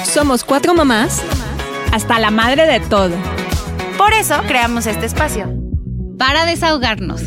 Somos 4 mamás hasta la madre de todo. Por eso creamos este espacio. Para desahogarnos.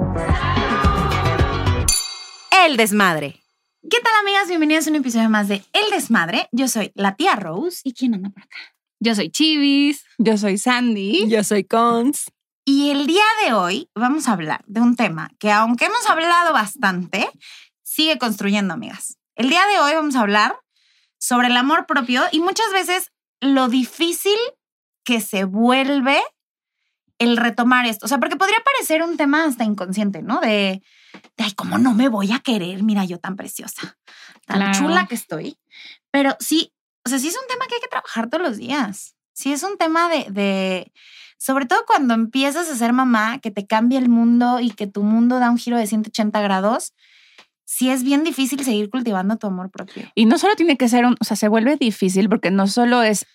El Desmadre. ¿Qué tal, amigas? Bienvenidas a un episodio más de El Desmadre. Yo soy la tía Rose. ¿Y quién anda por acá? Yo soy Chivis. Yo soy Sandy. Yo soy Cons. Y el día de hoy vamos a hablar de un tema que, aunque hemos hablado bastante, sigue construyendo, amigas. El día de hoy vamos a hablar sobre el amor propio y muchas veces lo difícil que se vuelve el retomar esto. O sea, porque podría parecer un tema hasta inconsciente, ¿no? De ay, ¿cómo no me voy a querer? Mira, yo tan preciosa, tan chula que estoy. Pero sí, o sea, sí es un tema que hay que trabajar todos los días. Sí es un tema de sobre todo cuando empiezas a ser mamá, que te cambia el mundo y que tu mundo da un giro de 180 grados, sí es bien difícil seguir cultivando tu amor propio. Y no solo tiene que ser o sea, se vuelve difícil porque no solo es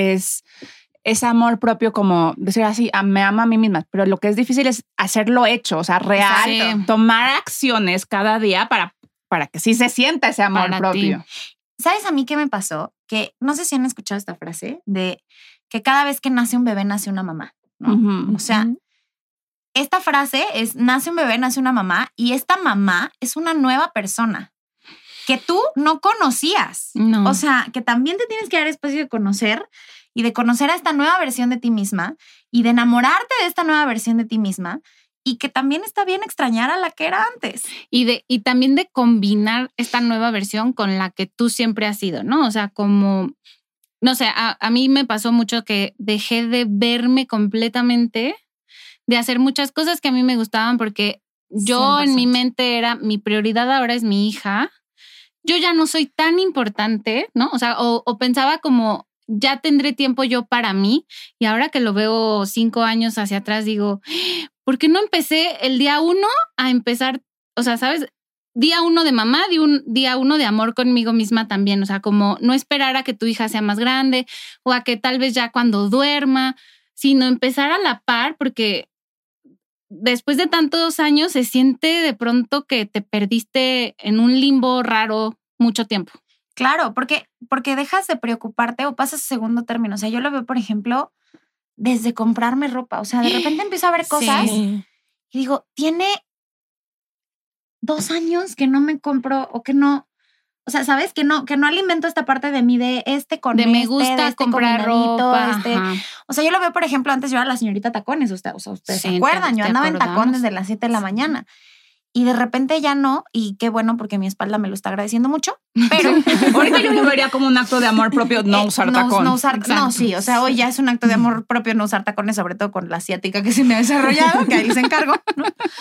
amor propio como decir así, me amo a mí misma, pero lo que es difícil es hacerlo hecho, o sea, real, Exacto. tomar acciones cada día para que sí se sienta ese amor Para propio. ti. ¿Sabes a mí qué me pasó? Que no sé si han escuchado esta frase de que cada vez que nace un bebé nace una mamá, ¿no? Ujú. O sea, esta frase es nace un bebé, nace una mamá y esta mamá es una nueva persona que tú no conocías. No. O sea, que también te tienes que dar espacio de conocer y de conocer a esta nueva versión de ti misma y de enamorarte de esta nueva versión de ti misma y que también está bien extrañar a la que era antes. Y también de combinar esta nueva versión con la que tú siempre has sido, ¿no? O sea, como, no sé, a mí me pasó mucho que dejé de verme completamente, de hacer muchas cosas que a mí me gustaban porque yo 100%. en mi mente era, mi prioridad ahora es mi hija. Yo ya no soy tan importante, ¿no? O sea, o pensaba como, ya tendré tiempo yo para mí. Y ahora que lo veo 5 años hacia atrás, digo, ¿por qué no empecé el día 1 a empezar? O sea, ¿sabes? Día 1 de mamá, día 1 de amor conmigo misma también. O sea, como no esperar a que tu hija sea más grande o a que tal vez ya cuando duerma, sino empezar a la par, porque después de tantos años se siente de pronto que te perdiste en un limbo raro mucho tiempo. Claro, porque dejas de preocuparte o pasas a segundo término. O sea, yo lo veo, por ejemplo, desde comprarme ropa. O sea, de repente empiezo a ver cosas y digo, tiene 2 años que no me compro o que no, o sea, ¿sabes? Que no alimento esta parte de mí de con De me gusta de comprar combinadito, ropa. Ajá. O sea, yo lo veo, por ejemplo, antes yo era la señorita tacones. Ustedes se Sí, acuerdan, yo te andaba en acordamos. tacón desde las 7 de la mañana. Y de repente ya no, y qué bueno porque mi espalda me lo está agradeciendo mucho, pero Ahorita yo lo vería como un acto de amor propio no usar tacón. No, sí, o sea, hoy ya es un acto de amor propio no usar tacones, sobre todo con la asiática que se me ha desarrollado, que ahí les encargo, ¿no?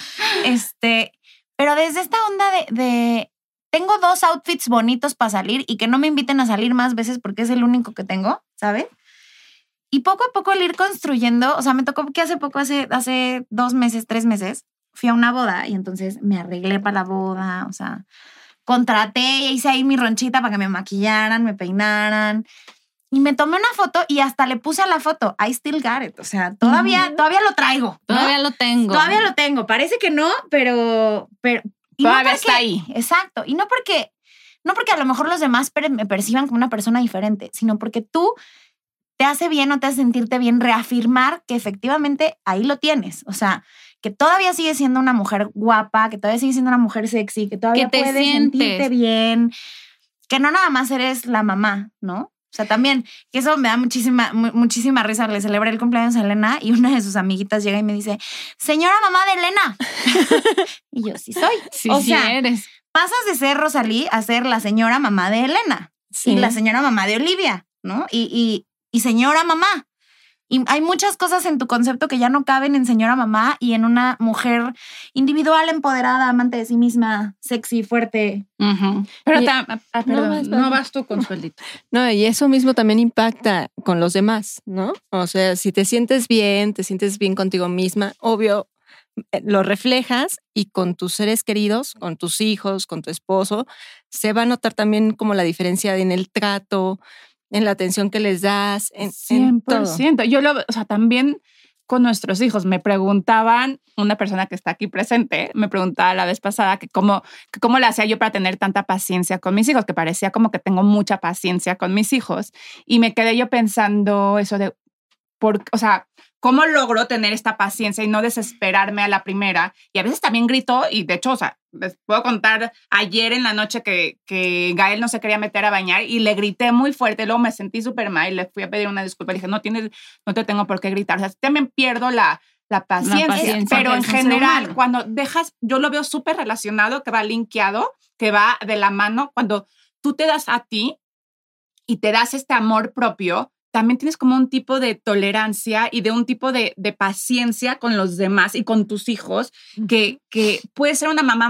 Pero desde esta onda de tengo 2 outfits bonitos para salir y que no me inviten a salir más veces porque es el único que tengo, ¿sabes? Y poco a poco el ir construyendo, o sea, me tocó que hace poco, hace 2 meses, 3 meses, fui a una boda y entonces me arreglé para la boda, o sea, contraté y hice ahí mi ronchita para que me maquillaran, me peinaran y me tomé una foto y hasta le puse a la foto, I still got it, o sea, todavía lo traigo, ¿no? Todavía lo tengo. Todavía lo tengo, parece que no, pero y Todavía no porque, está ahí. Exacto, y no porque a lo mejor los demás me perciban como una persona diferente, sino porque tú te hace bien o te hace sentirte bien reafirmar que efectivamente ahí lo tienes, o sea, que todavía sigue siendo una mujer guapa, que todavía sigue siendo una mujer sexy, que todavía Que te puedes sientes sentirte bien, que no nada más eres la mamá, ¿no? O sea, también, que eso me da muchísima risa. Le celebré el cumpleaños a Elena y una de sus amiguitas llega y me dice, señora mamá de Elena. Y yo, sí soy. Sí, o sí sea, eres. pasas de ser Rosalí a ser la señora mamá de Elena y la señora mamá de Olivia, ¿no? Y señora mamá. Y hay muchas cosas en tu concepto que ya no caben en señora mamá y en una mujer individual, empoderada, amante de sí misma, sexy, fuerte. Uh-huh. Pero perdón, no vas tú, Consuelito. No, y eso mismo también impacta con los demás, ¿no? O sea, si te sientes bien contigo misma, obvio, lo reflejas y con tus seres queridos, con tus hijos, con tu esposo, se va a notar también como la diferencia en el trato, en la atención que les das, en todo. 100%. O sea, también con nuestros hijos. Me preguntaban, una persona que está aquí presente, me preguntaba la vez pasada que cómo le hacía yo para tener tanta paciencia con mis hijos, que parecía como que tengo mucha paciencia con mis hijos. Y me quedé yo pensando eso de, o sea, ¿cómo logro tener esta paciencia y no desesperarme a la primera? Y a veces también grito y de hecho, o sea, les puedo contar ayer en la noche que Gael no se quería meter a bañar y le grité muy fuerte, luego me sentí súper mal y le fui a pedir una disculpa. Le dije, no te tengo por qué gritar. O sea, también pierdo la paciencia, pero en general, cuando dejas, yo lo veo súper relacionado, que va linkeado, que va de la mano, cuando tú te das a ti y te das este amor propio, también tienes como un tipo de tolerancia y de un tipo de paciencia con los demás y con tus hijos, que puedes ser una mamá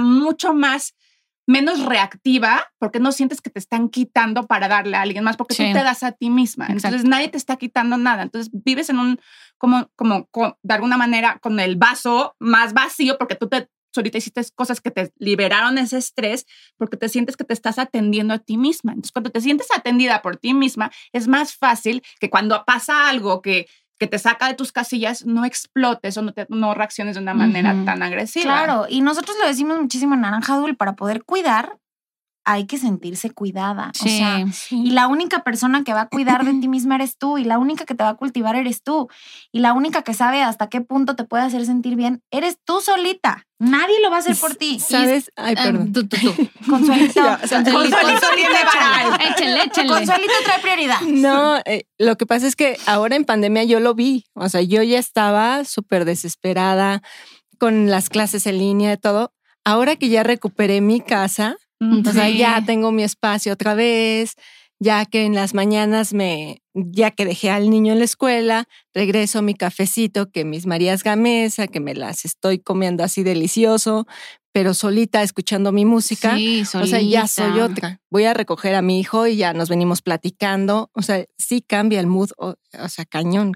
menos reactiva porque no sientes que te están quitando para darle a alguien más, porque tú te das a ti misma. Exacto. Entonces nadie te está quitando nada. Entonces vives en un, como de alguna manera con el vaso más vacío porque tú ahorita hiciste cosas que te liberaron ese estrés porque te sientes que te estás atendiendo a ti misma. Entonces, cuando te sientes atendida por ti misma, es más fácil que cuando pasa algo que te saca de tus casillas, no explotes o no reacciones de una manera tan agresiva. Claro, y nosotros lo decimos muchísimo en Naranja Dul, para poder cuidar hay que sentirse cuidada. Sí, o sea, y la única persona que va a cuidar de ti misma eres tú, y la única que te va a cultivar eres tú, y la única que sabe hasta qué punto te puede hacer sentir bien eres tú solita. Nadie lo va a hacer por ti. ¿Sabes? Ay, perdón. Tú. Consuelito. Consuelito Échale. Consuelito trae prioridad. No, lo que pasa es que ahora en pandemia yo lo vi. O sea, yo ya estaba súper desesperada con las clases en línea y todo. Ahora que ya recuperé mi casa, o sea, ya tengo mi espacio otra vez, ya que en las mañanas ya que dejé al niño en la escuela, regreso a mi cafecito, que mis Marías Gamesa, que me las estoy comiendo así delicioso, pero solita escuchando mi música. Sí, solita. O sea, ya soy otra. Voy a recoger a mi hijo y ya nos venimos platicando. O sea, sí cambia el mood, o sea, cañón.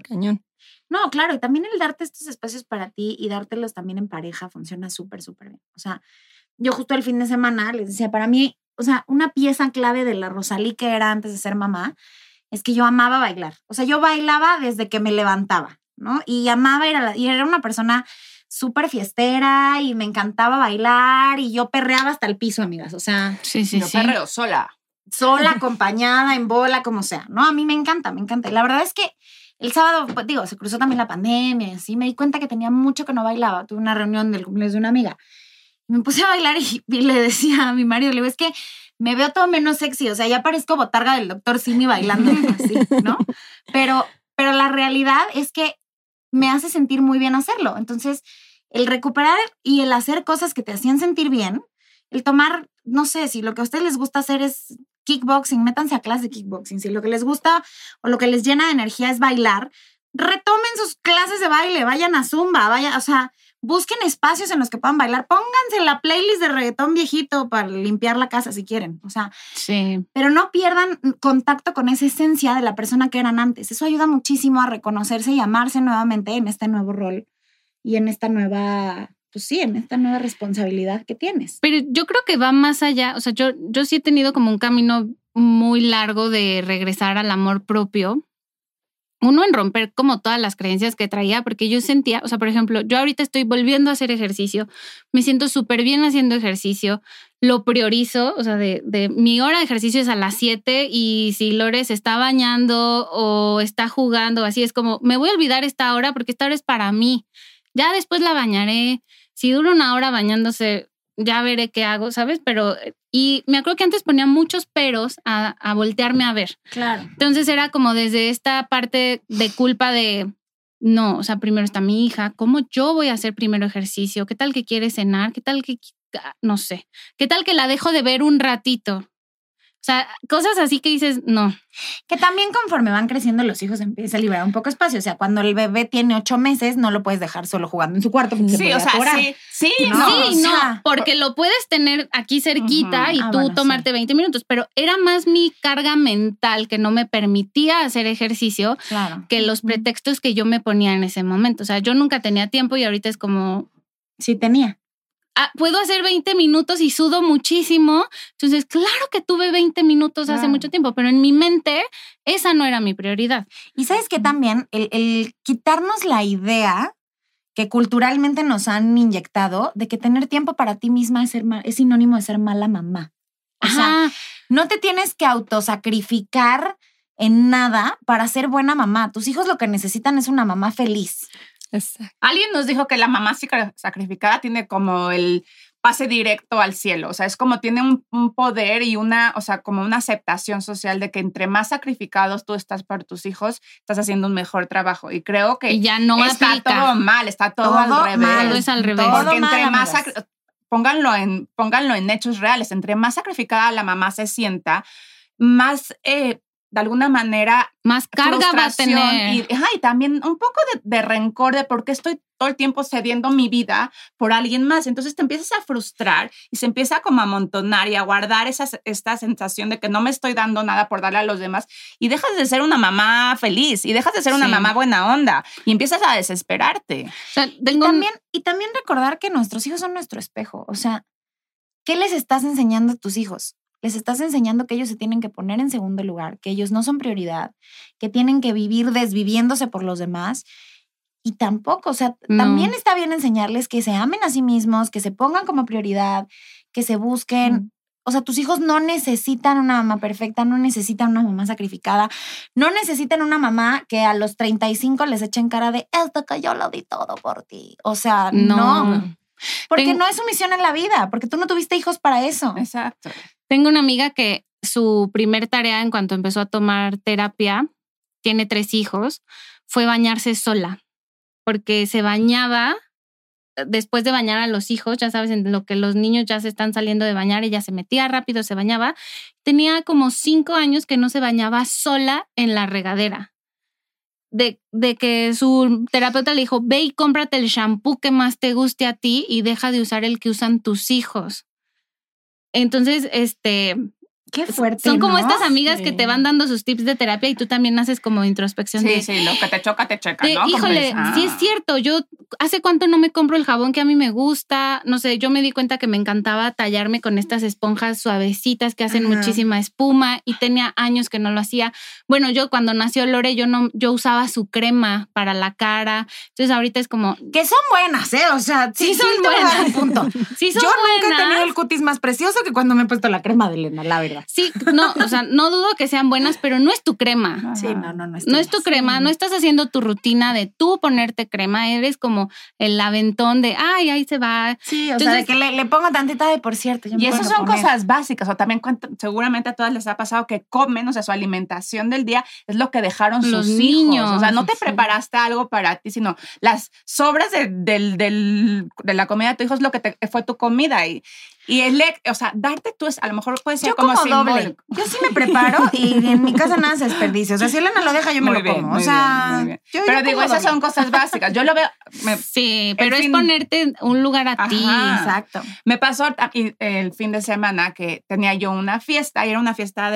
No, claro, y también el darte estos espacios para ti y dártelos también en pareja funciona súper, súper bien. O sea, yo justo el fin de semana les decía, para mí, o sea, una pieza clave de la Rosalí que era antes de ser mamá es que yo amaba bailar. O sea, yo bailaba desde que me levantaba, ¿no? Y amaba y era una persona súper fiestera y me encantaba bailar y yo perreaba hasta el piso, amigas. O sea, yo perreo sola, acompañada, en bola, como sea, ¿no? A mí me encanta. Y la verdad es que el sábado, pues, se cruzó también la pandemia y así, me di cuenta que tenía mucho que no bailaba. Tuve una reunión del cumpleaños de una amiga. Me puse a bailar y le decía a mi marido, le digo, es que me veo todo menos sexy, o sea, ya parezco botarga del Dr. Simi bailando así, ¿no? Pero la realidad es que me hace sentir muy bien hacerlo. Entonces, el recuperar y el hacer cosas que te hacían sentir bien, el tomar, no sé, si lo que a ustedes les gusta hacer es kickboxing, métanse a clase de kickboxing. Si lo que les gusta o lo que les llena de energía es bailar, retomen sus clases de baile, vayan a Zumba, o sea, busquen espacios en los que puedan bailar, pónganse la playlist de reggaetón viejito para limpiar la casa si quieren, o sea, sí. Pero no pierdan contacto con esa esencia de la persona que eran antes. Eso ayuda muchísimo a reconocerse y amarse nuevamente en este nuevo rol y en esta nueva, pues sí, en esta nueva responsabilidad que tienes. Pero yo creo que va más allá, o sea, yo sí he tenido como un camino muy largo de regresar al amor propio. Uno, en romper como todas las creencias que traía, porque yo sentía, o sea, por ejemplo, yo ahorita estoy volviendo a hacer ejercicio, me siento súper bien haciendo ejercicio, lo priorizo, o sea, de mi hora de ejercicio es a las 7 y si Lore se está bañando o está jugando, así es como, me voy a olvidar esta hora porque esta hora es para mí, ya después la bañaré, si dura una hora bañándose, ya veré qué hago, ¿sabes? Y me acuerdo que antes ponía muchos peros a voltearme a ver. Claro. Entonces era como desde esta parte de culpa de, no, o sea, primero está mi hija, ¿cómo yo voy a hacer primero ejercicio? ¿Qué tal que quiere cenar? ¿Qué tal que, no sé, qué tal que la dejo de ver un ratito? O sea, cosas así que dices, no. Que también conforme van creciendo los hijos empieza a liberar un poco espacio. O sea, cuando el bebé tiene 8 meses, no lo puedes dejar solo jugando en su cuarto. Sí, o sea, sí, no, porque lo puedes tener aquí cerquita y tú tomarte 20 minutos, pero era más mi carga mental que no me permitía hacer ejercicio que los pretextos que yo me ponía en ese momento. O sea, yo nunca tenía tiempo y ahorita es como... Sí tenía. puedo hacer 20 minutos y sudo muchísimo. Entonces, claro que tuve 20 minutos hace mucho tiempo, pero en mi mente esa no era mi prioridad. Y ¿sabes qué también? El quitarnos la idea que culturalmente nos han inyectado de que tener tiempo para ti misma es sinónimo de ser mala mamá. O sea, no te tienes que autosacrificar en nada para ser buena mamá. Tus hijos lo que necesitan es una mamá feliz. Exacto. Alguien nos dijo que la mamá sacrificada tiene como el pase directo al cielo. O sea, es como tiene un poder y como una aceptación social de que entre más sacrificados tú estás por tus hijos, estás haciendo un mejor trabajo. Y creo que y ya no está aplica. Todo mal, está todo al revés. Malo es al revés. Porque entre mal, más pónganlo en hechos reales, entre más sacrificada la mamá se sienta, más de alguna manera más carga va a tener. Y también un poco de rencor de por qué estoy todo el tiempo cediendo mi vida por alguien más. Entonces te empiezas a frustrar y se empieza como a amontonar y a guardar esta sensación de que no me estoy dando nada por darle a los demás y dejas de ser una mamá feliz y dejas de ser una mamá buena onda y empiezas a desesperarte. O sea, y también recordar que nuestros hijos son nuestro espejo. O sea, ¿qué les estás enseñando a tus hijos? Les estás enseñando que ellos se tienen que poner en segundo lugar, que ellos no son prioridad, que tienen que vivir desviviéndose por los demás. Y tampoco, o sea, también está bien enseñarles que se amen a sí mismos, que se pongan como prioridad, que se busquen. O sea, tus hijos no necesitan una mamá perfecta, no necesitan una mamá sacrificada, no necesitan una mamá que a los 35 les eche en cara de esto que yo lo di todo por ti. O sea, no. Porque no es su misión en la vida, porque tú no tuviste hijos para eso. Exacto. Tengo una amiga que su primer tarea en cuanto empezó a tomar terapia, tiene 3 hijos, fue bañarse sola, porque se bañaba después de bañar a los hijos, ya sabes, en lo que los niños ya se están saliendo de bañar, ella se metía rápido, se bañaba. Tenía como 5 años que no se bañaba sola en la regadera. De que su terapeuta le dijo, ve y cómprate el shampoo que más te guste a ti y deja de usar el que usan tus hijos. Entonces, qué fuerte, son como ¿no? estas amigas que te van dando sus tips de terapia y tú también haces como introspección. Sí, lo que te choca, te checa, ¿no? Híjole, sí es cierto, yo hace cuánto no me compro el jabón que a mí me gusta, no sé, yo me di cuenta que me encantaba tallarme con estas esponjas suavecitas que hacen muchísima espuma y tenía años que no lo hacía. Bueno, yo cuando nació Lore, yo usaba su crema para la cara, entonces ahorita es como... Que son buenas, ¿eh? O sea, sí son buenas. Un punto. Sí son yo buenas. Nunca he tenido el cutis más precioso que cuando me he puesto la crema de Elena, la verdad. Sí, no, o sea, no dudo que sean buenas, pero no es tu crema. Sí, no es No es tu crema, no estás haciendo tu rutina de tú ponerte crema, eres como el aventón de, ahí se va. Sí, o sea, de que le pongo tantita de por cierto. Y esas son cosas básicas, o también seguramente a todas les ha pasado que comen, o sea, su alimentación del día es lo que dejaron los sus niños. hijos. O sea, no te preparaste algo para ti, sino las sobras de la comida de tu hijo es lo que fue tu comida y o sea, darte tú a lo mejor puede ser yo como doble. Yo sí me preparo y en mi casa nada se desperdicia. O sea, si Elena lo deja, yo me lo como. O sea, bien. Pero digo, esas son cosas básicas. Yo lo veo. Sí, pero es ponerte un lugar a ti. Exacto. Me pasó el fin de semana que tenía yo una fiesta y era una fiesta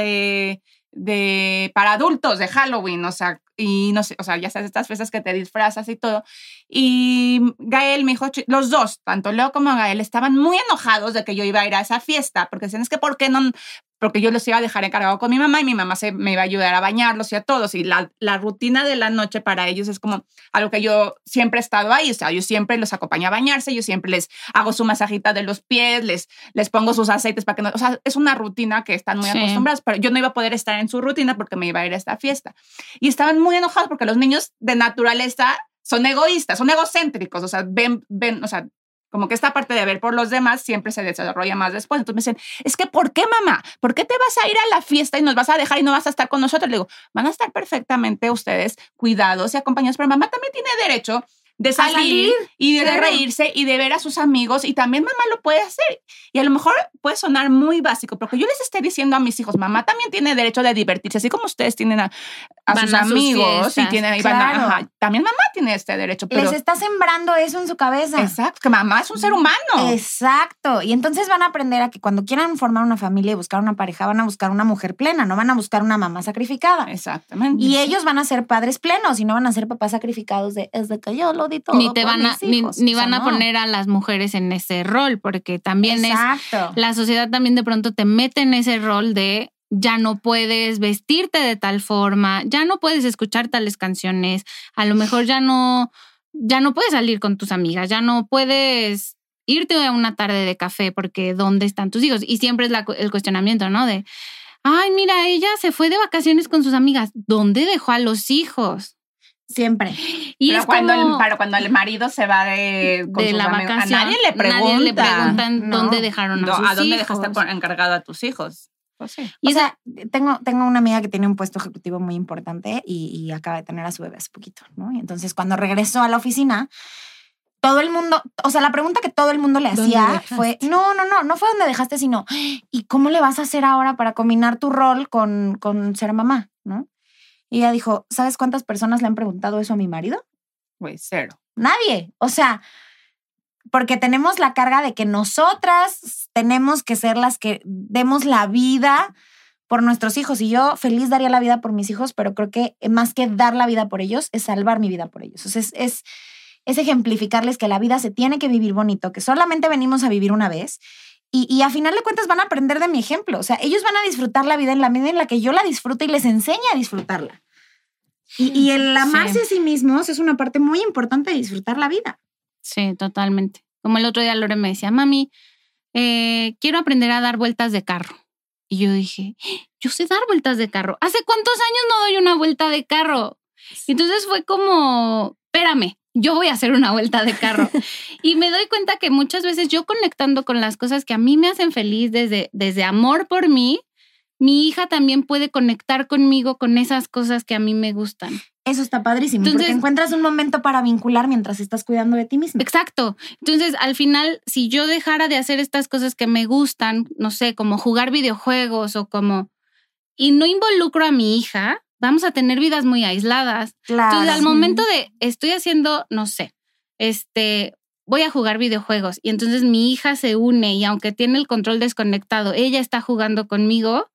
para adultos de Halloween, o sea, y no sé, o sea, ya sabes, estas fiestas que te disfrazas y todo. Y Gael, mi hijo, los dos, tanto Leo como Gael, estaban muy enojados de que yo iba a ir a esa fiesta, porque decían, es que ¿por qué no? Porque yo los iba a dejar encargado con mi mamá y mi mamá me iba a ayudar a bañarlos y a todos. Y la rutina de la noche para ellos es como algo que yo siempre he estado ahí. O sea, yo siempre los acompaño a bañarse, yo siempre les hago su masajita de los pies, les pongo sus aceites para que no... O sea, es una rutina que están muy acostumbrados, pero yo no iba a poder estar en su rutina porque me iba a ir a esta fiesta. Y estaban muy enojados porque los niños de naturaleza son egoístas, son egocéntricos, o sea, ven, o sea, como que esta parte de ver por los demás siempre se desarrolla más después. Entonces me dicen, es que ¿por qué, mamá? ¿Por qué te vas a ir a la fiesta y nos vas a dejar y no vas a estar con nosotros? Le digo, van a estar perfectamente ustedes cuidados y acompañados, pero mamá también tiene derecho de salir y de reírse y de ver a sus amigos, y también mamá lo puede hacer. Y a lo mejor puede sonar muy básico, porque yo les esté diciendo a mis hijos, mamá también tiene derecho de divertirse, así como ustedes tienen a Van sus a sus amigos y fiestas. tienen, Claro. también mamá tiene este derecho, pero Les está sembrando eso en su cabeza. exacto, que mamá es un ser humano. Exacto. Y entonces van a aprender a que cuando quieran formar una familia y buscar una pareja, van a buscar una mujer plena, no van a buscar una mamá sacrificada. Exactamente. Y ellos van a ser padres plenos y no van a ser papás sacrificados es de que yo lo di todo. Ni te por van a, mis ni, hijos. ni O sea, van a no. poner a las mujeres en ese rol, porque también Exacto. la sociedad también de pronto te mete en ese rol de ya no puedes vestirte de tal forma, ya no puedes escuchar tales canciones, a lo mejor ya no puedes salir con tus amigas, ya no puedes irte a una tarde de café porque ¿dónde están tus hijos? Y siempre es el cuestionamiento, ¿no? De, ay, mira, ella se fue de vacaciones con sus amigas, ¿dónde dejó a los hijos? Siempre. Y pero, es cuando como cuando el marido se va con de sus la amigos, vacación, a nadie le preguntan No. dónde dejaron a sus hijos. ¿a dónde dejaste encargado a tus hijos? Pues sí. Y O esa- sea, tengo una amiga que tiene un puesto ejecutivo muy importante y acaba de tener a su bebé hace poquito, ¿no? Y entonces cuando regresó a la oficina, todo el mundo, o sea, la pregunta que todo el mundo le ¿Dónde hacía dejaste? fue, no fue dónde dejaste, sino, ¿y cómo le vas a hacer ahora para combinar tu rol con ser mamá, ¿no? Y ella dijo, ¿sabes cuántas personas le han preguntado eso a mi marido? Pues cero. Nadie. O sea, porque tenemos la carga de que nosotras tenemos que ser las que demos la vida por nuestros hijos. Y yo feliz daría la vida por mis hijos, pero creo que más que dar la vida por ellos, es salvar mi vida por ellos. O sea, es ejemplificarles que la vida se tiene que vivir bonito, que solamente venimos a vivir una vez. Y a final de cuentas van a aprender de mi ejemplo. O sea, ellos van a disfrutar la vida en la medida en la que yo la disfruto y les enseño a disfrutarla. Y el amarse a sí mismos es una parte muy importante de disfrutar la vida. Sí, totalmente. Como el otro día Lore me decía, mami, quiero aprender a dar vueltas de carro. Y yo dije, yo sé dar vueltas de carro. ¿Hace cuántos años no doy una vuelta de carro? Y entonces fue como, espérame, yo voy a hacer una vuelta de carro. Y me doy cuenta que muchas veces yo conectando con las cosas que a mí me hacen feliz desde amor por mí, mi hija también puede conectar conmigo con esas cosas que a mí me gustan. Eso está padrísimo, Entonces, porque encuentras un momento para vincular mientras estás cuidando de ti misma. Exacto. Entonces, al final, si yo dejara de hacer estas cosas que me gustan, no sé, como jugar videojuegos o como... y no involucro a mi hija, vamos a tener vidas muy aisladas. Claro. Entonces, al momento de estoy haciendo, no sé, voy a jugar videojuegos y entonces mi hija se une y aunque tiene el control desconectado, ella está jugando conmigo.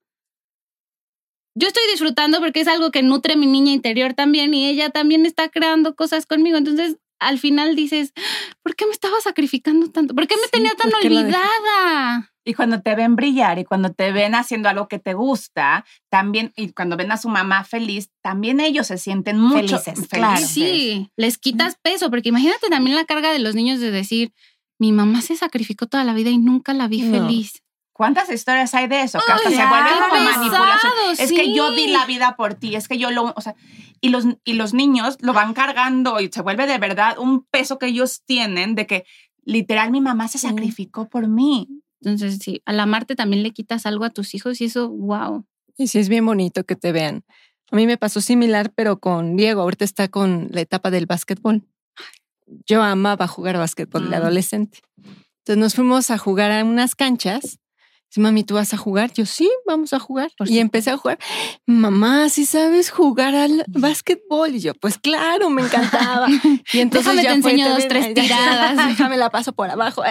Yo estoy disfrutando porque es algo que nutre mi niña interior también y ella también está creando cosas conmigo. Entonces, al final dices, ¿por qué me estaba sacrificando tanto? ¿Por qué me tenía tan ¿por qué la dejé? olvidada? Y cuando te ven brillar y cuando te ven haciendo algo que te gusta, también, y cuando ven a su mamá feliz, también ellos se sienten mucho Felices, claro. Sí, les quitas peso, porque imagínate también la carga de los niños de decir, mi mamá se sacrificó toda la vida y nunca la vi No. feliz. ¿Cuántas historias hay de eso? Que hasta Ay, se vuelve qué como pesado, manipulación. Es que sí. yo di la vida por ti, es que yo lo... O sea, y los niños lo van cargando y se vuelve de verdad un peso que ellos tienen de que literal mi mamá se sacrificó por mí. Entonces, sí, al amarte también le quitas algo a tus hijos y eso, wow. Y sí, es bien bonito que te vean. A mí me pasó similar, pero con Diego. Ahorita está con la etapa del básquetbol. Yo amaba jugar básquetbol de adolescente. Entonces nos fuimos a jugar a unas canchas. Dice, mami, ¿tú vas a jugar? Yo, sí, vamos a jugar. Y empecé a jugar. Mamá, ¿sí sabes jugar al básquetbol? Y yo, pues claro, me encantaba. Y entonces Déjame ya te fue enseño dos, también, tres tiradas. Déjame la paso por abajo.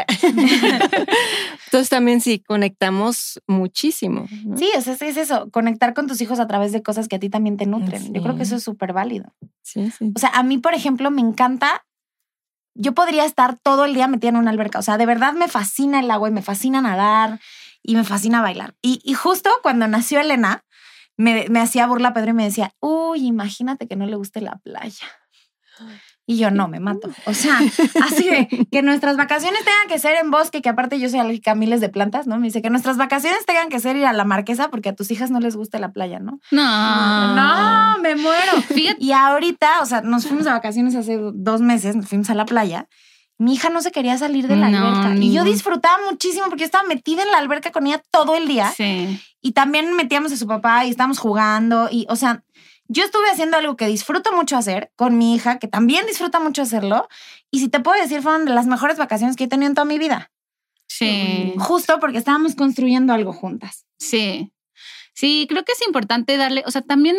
Entonces también sí, conectamos muchísimo, ¿no? Sí, o sea, es eso, conectar con tus hijos a través de cosas que a ti también te nutren. Así Yo creo que es. eso es súper válido. Sí, sí. O sea, a mí, por ejemplo, me encanta, yo podría estar todo el día metida en una alberca. O sea, de verdad me fascina el agua y me fascina nadar y me fascina bailar. Y justo cuando nació Elena, me hacía burla Pedro y me decía, uy, imagínate que no le guste la playa. Y yo, no, me mato. O sea, así de que nuestras vacaciones tengan que ser en bosque, que aparte yo soy alérgica a miles de plantas, ¿no? Me dice que nuestras vacaciones tengan que ser ir a la Marquesa porque a tus hijas no les guste la playa, ¿no? No. No, me muero. Fíjate. Y ahorita, o sea, nos fuimos de vacaciones hace 2 meses, nos fuimos a la playa. Mi hija no se quería salir de la No, alberca. Y yo ningún- disfrutaba muchísimo porque yo estaba metida en la alberca con ella todo el día. Sí. Y también metíamos a su papá y estábamos jugando. Y, o sea, yo estuve haciendo algo que disfruto mucho hacer con mi hija, que también disfruta mucho hacerlo. Y si te puedo decir, fueron de las mejores vacaciones que he tenido en toda mi vida. Sí. Justo porque estábamos construyendo algo juntas. Sí. Sí, creo que es importante darle, o sea, también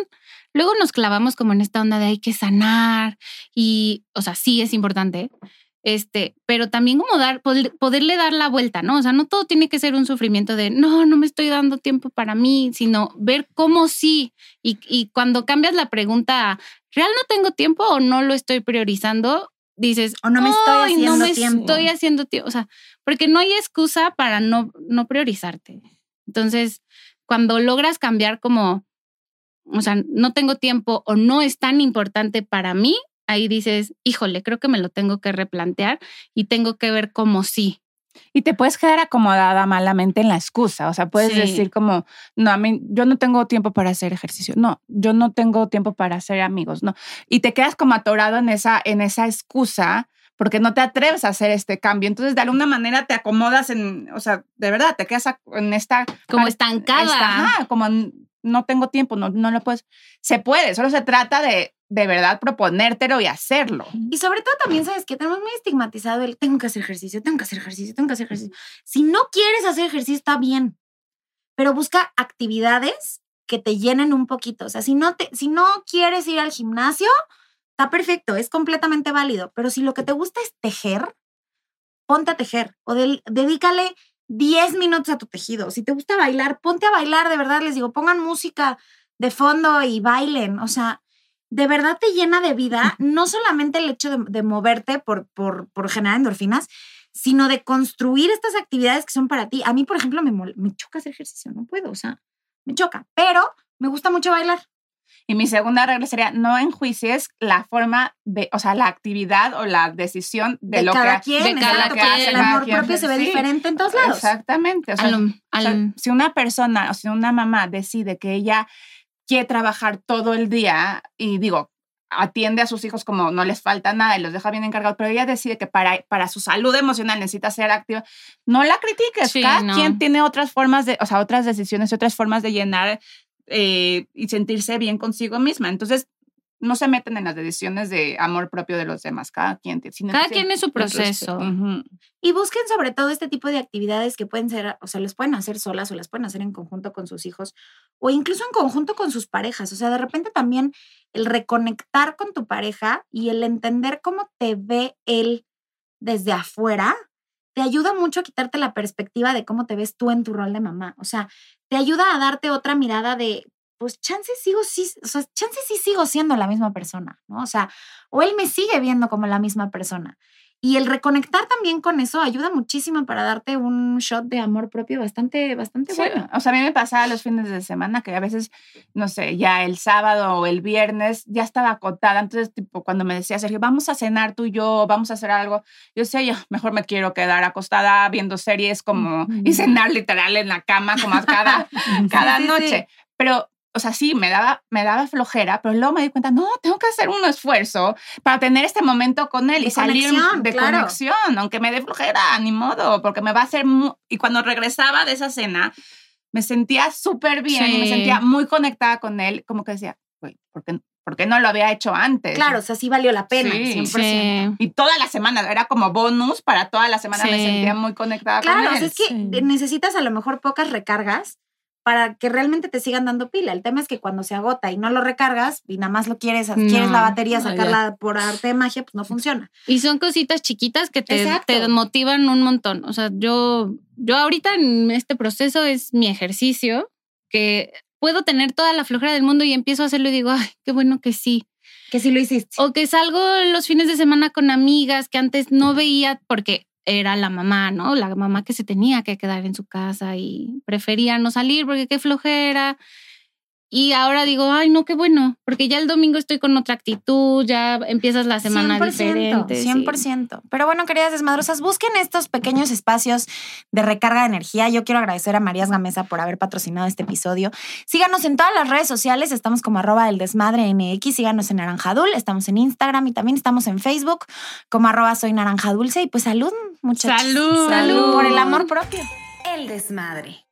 luego nos clavamos como en esta onda de hay que sanar y, o sea, sí es importante, pero también como poderle dar la vuelta, ¿no? O sea, no todo tiene que ser un sufrimiento de no me estoy dando tiempo para mí, sino ver cómo sí. Y cuando cambias la pregunta a, ¿real no tengo tiempo o no lo estoy priorizando? Dices, o no me estoy haciendo tiempo. Estoy haciendo tiempo. O sea, porque no hay excusa para no priorizarte. Entonces, cuando logras cambiar como, o sea, no tengo tiempo o no es tan importante para mí, ahí dices, híjole, creo que me lo tengo que replantear y tengo que ver cómo sí. Y te puedes quedar acomodada malamente en la excusa. O sea, puedes decir como, no, a mí, yo no tengo tiempo para hacer ejercicio. No, yo no tengo tiempo para hacer amigos. No. Y te quedas como atorado en esa excusa porque no te atreves a hacer este cambio. Entonces, de alguna manera te acomodas o sea, de verdad, te quedas en esta... Como estancada. Como no tengo tiempo, no lo puedes. Se puede, solo se trata de verdad proponértelo y hacerlo. Y sobre todo también, ¿sabes qué? Tenemos muy estigmatizado el tengo que hacer ejercicio. Si no quieres hacer ejercicio, está bien, pero busca actividades que te llenen un poquito. O sea, si no quieres ir al gimnasio, está perfecto, es completamente válido, pero si lo que te gusta es tejer, ponte a tejer o dedícale 10 minutos a tu tejido. Si te gusta bailar, ponte a bailar, de verdad, les digo, pongan música de fondo y bailen. O sea, de verdad te llena de vida, no solamente el hecho de moverte por generar endorfinas, sino de construir estas actividades que son para ti. A mí, por ejemplo, me choca hacer ejercicio, no puedo, o sea, me choca, pero me gusta mucho bailar. Y mi segunda regla sería no enjuicies la forma de, o sea, la actividad o la decisión de lo cada que quien, de cada quien. El amor propio se ve diferente en todos lados. Exactamente. O sea, si una persona o si una mamá decide que ella quiere trabajar todo el día y digo, atiende a sus hijos como no les falta nada y los deja bien encargados, pero ella decide que para su salud emocional necesita ser activa, no la critiques. Sí, cada quien tiene otras formas de, o sea, otras decisiones, otras formas de llenar y sentirse bien consigo misma. Entonces, no se meten en las decisiones de amor propio de los demás. Cada quien es su proceso. Y busquen sobre todo este tipo de actividades que pueden ser, o sea, las pueden hacer solas o las pueden hacer en conjunto con sus hijos o incluso en conjunto con sus parejas. O sea, de repente también el reconectar con tu pareja y el entender cómo te ve él desde afuera te ayuda mucho a quitarte la perspectiva de cómo te ves tú en tu rol de mamá. O sea, te ayuda a darte otra mirada de, pues chance sí sigo siendo la misma persona, ¿no? O sea, o él me sigue viendo como la misma persona. Y el reconectar también con eso ayuda muchísimo para darte un shot de amor propio bastante sí, bueno. O sea, a mí me pasaba los fines de semana que a veces, no sé, ya el sábado o el viernes ya estaba acotada. Entonces, tipo, cuando me decía Sergio, vamos a cenar tú y yo, vamos a hacer algo, yo decía, yo mejor me quiero quedar acostada viendo series como y cenar literal en la cama como cada noche. Sí. Pero o sea, sí, me daba flojera, pero luego me di cuenta, no, tengo que hacer un esfuerzo para tener este momento con él y salir de conexión, aunque me dé flojera, ni modo, porque me va a hacer... Y cuando regresaba de esa cena, me sentía súper bien y me sentía muy conectada con él, como que decía, güey, ¿por qué no lo había hecho antes? Claro, o sea, sí valió la pena, sí, 100%. Sí. Y toda la semana, era como bonus para toda la semana, me sentía muy conectada con él. Claro, o sea, es que necesitas a lo mejor pocas recargas para que realmente te sigan dando pila. El tema es que cuando se agota y no lo recargas y nada más lo quieres la batería, sacarla por arte de magia, pues no funciona. Y son cositas chiquitas que te motivan un montón. O sea, yo ahorita en este proceso es mi ejercicio, que puedo tener toda la flojera del mundo y empiezo a hacerlo y digo, ay, qué bueno que sí. Que sí lo hiciste. O que salgo los fines de semana con amigas que antes no veía porque era la mamá, ¿no? La mamá que se tenía que quedar en su casa y prefería no salir porque qué flojera. Y ahora digo, ay, no, qué bueno, porque ya el domingo estoy con otra actitud, ya empiezas la semana 100%, diferente. 100%. Sí. Pero bueno, queridas desmadrosas, busquen estos pequeños espacios de recarga de energía. Yo quiero agradecer a Marías Gamesa por haber patrocinado este episodio. Síganos en todas las redes sociales, estamos como @eldesmadrenx, síganos en Naranjadul, estamos en Instagram y también estamos en Facebook como @soynaranjadulce. Y pues salud, muchachos. Salud. Por el amor propio. El Desmadre.